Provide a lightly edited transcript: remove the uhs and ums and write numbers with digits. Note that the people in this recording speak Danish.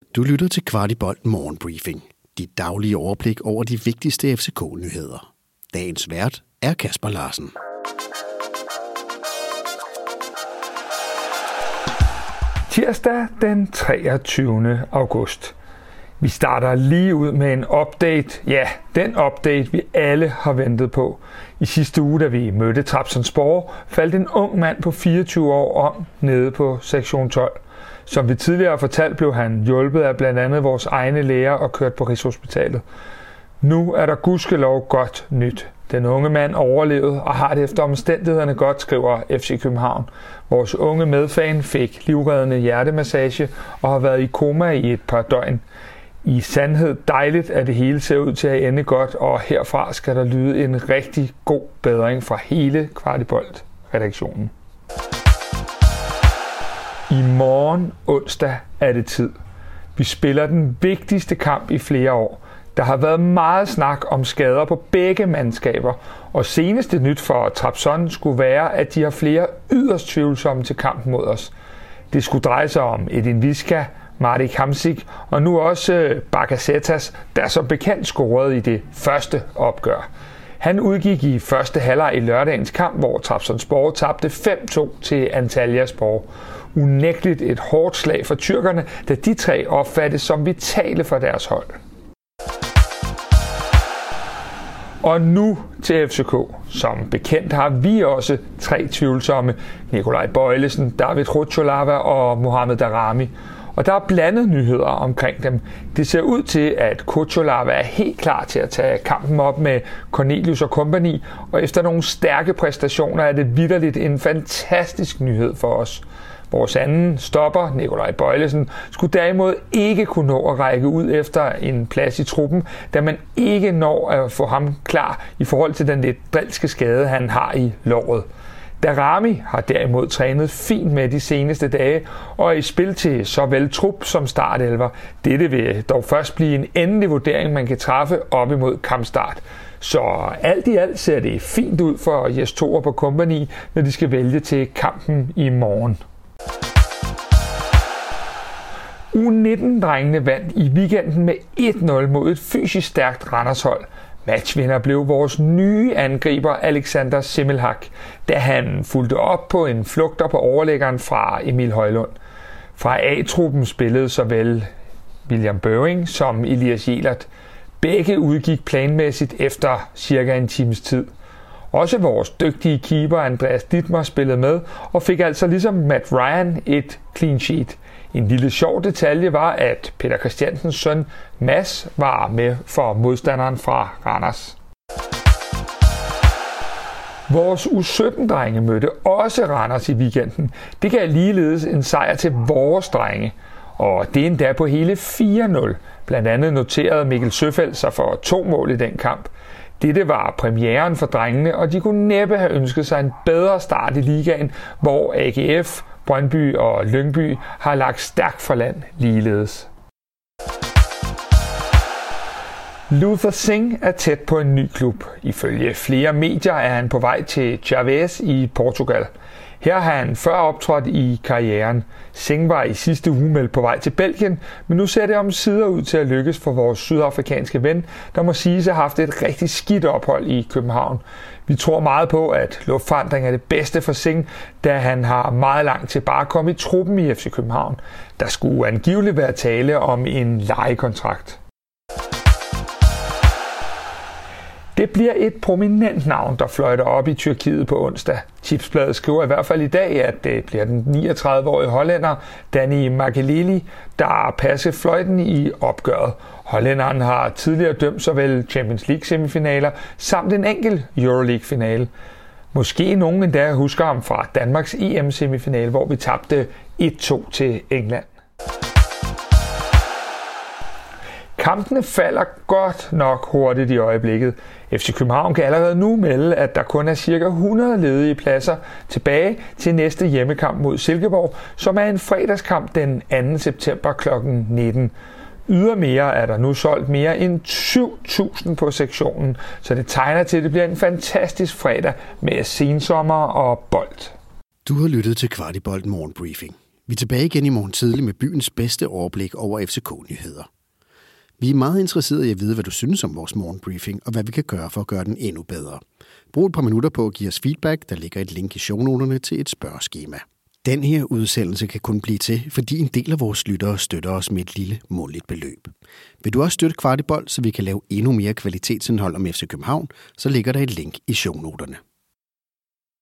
Du lytter til Kvartibolt Morgenbriefing. Dit daglige overblik over de vigtigste FCK-nyheder. Dagens vært er Kasper Larsen. Tirsdag den 23. august. Vi starter lige ud med en update. Ja, den update, vi alle har ventet på. I sidste uge, da vi mødte Trabzonspor, faldt en ung mand på 24 år om nede på sektion 12. Som vi tidligere har fortalt, blev han hjulpet af blandt andet vores egne læger og kørt på Rigshospitalet. Nu er der gudskelov godt nyt. Den unge mand overlevede og har det efter omstændighederne godt, skriver FC København. Vores unge medfan fik livreddende hjertemassage og har været i koma i et par døgn. I sandhed dejligt, at det hele ser ud til at ende godt, og herfra skal der lyde en rigtig god bedring fra hele Kvartibolt-redaktionen. I morgen onsdag er det tid. Vi spiller den vigtigste kamp i flere år. Der har været meget snak om skader på begge mandskaber, og seneste nyt for Trabzon skulle være, at de har flere yderst tvivlsomme til kampen mod os. Det skulle dreje sig om Edin Visca, Marek Hamsik og nu også Bakasetas, der som bekendt scorede i det første opgør. Han udgik i første halvleg i lørdagens kamp, hvor Trabzonspor tabte 5-2 til Antalyaspor. Unægteligt et hårdt slag for tyrkerne, da de tre opfattes som vitale for deres hold. Og nu til FCK. Som bekendt har vi også tre tvivlsomme: Nikolaj Bøjlesen, David Rucholava og Mohamed Daramy. Og der er blandet nyheder omkring dem. Det ser ud til, at Rucholava er helt klar til at tage kampen op med Cornelius og compagnie, og efter nogle stærke præstationer er det vitterligt en fantastisk nyhed for os. Vores anden stopper, Nikolaj Bøjlesen, skulle derimod ikke kunne nå at række ud efter en plads i truppen, da man ikke når at få ham klar i forhold til den lidt drilske skade, han har i låret. Daramy har derimod trænet fint med de seneste dage og er i spil til såvel trup som startelver. Dette vil dog først blive en endelig vurdering, man kan træffe op imod kampstart. Så alt i alt ser det fint ud for Jes Torup og compagnie, når de skal vælge til kampen i morgen. U19-drengene vandt i weekenden med 1-0 mod et fysisk stærkt Randershold. Matchvinder blev vores nye angriber Alexander Semmelhak, da han fulgte op på en flugter på overlæggeren fra Emil Højlund. Fra A-truppen spillede såvel William Bøving som Elias Jelert. Begge udgik planmæssigt efter cirka en times tid. Også vores dygtige keeper Andreas Dittmer spillede med og fik altså ligesom Matt Ryan et clean sheet. En lille sjov detalje var, at Peter Christiansens søn Mads var med for modstanderen fra Randers. Vores U17-drenge mødte også Randers i weekenden. Det gav ligeledes en sejr til vores drenge, og det endda på hele 4-0. Blandt andet noterede Mikkel Søfeldt sig for 2 mål i den kamp. Dette var premieren for drengene, og de kunne næppe have ønsket sig en bedre start i ligaen, hvor AGF, Brøndby og Lyngby har lagt stærkt for land ligeledes. Luther Singh er tæt på en ny klub. Ifølge flere medier er han på vej til Chaves i Portugal. Her har han før optrådt i karrieren. Singh var i sidste uge meldt på vej til Belgien, men nu ser det omsider ud til at lykkes for vores sydafrikanske ven, der må siges at have haft et rigtig skidt ophold i København. Vi tror meget på, at luftforandring er det bedste for Singh, da han har meget langt til bare at komme i truppen i FC København. Der skulle angiveligt være tale om en lejekontrakt. Det bliver et prominent navn, der fløjter op i Tyrkiet på onsdag. Tipsbladet skriver i hvert fald i dag, at det bliver den 39-årige hollænder Danny Makelele, der passer fløjten i opgøret. Hollænderen har tidligere dømt såvel Champions League semifinaler samt en enkelt Euroleague-finale. Måske nogen endda husker ham fra Danmarks EM-semifinale, hvor vi tabte 1-2 til England. Kampene falder godt nok hurtigt i øjeblikket. FC København kan allerede nu melde, at der kun er ca. 100 ledige pladser tilbage til næste hjemmekamp mod Silkeborg, som er en fredagskamp den 2. september kl. 19. Ydermere er der nu solgt mere end 7.000 på sektionen, så det tegner til, at det bliver en fantastisk fredag med sensommer og bold. Du har lyttet til Kvartibolt Morgenbriefing. Vi er tilbage igen i morgen tidlig med byens bedste overblik over FCK-nyheder. Vi er meget interesserede i at vide, hvad du synes om vores morgenbriefing, og hvad vi kan gøre for at gøre den endnu bedre. Brug et par minutter på at give os feedback. Der ligger et link i shownoterne til et spørgeskema. Den her udsendelse kan kun blive til, fordi en del af vores lyttere støtter os med et lille månedligt beløb. Vil du også støtte Kvartibold, så vi kan lave endnu mere kvalitetsindhold om FC København, så ligger der et link i shownoterne.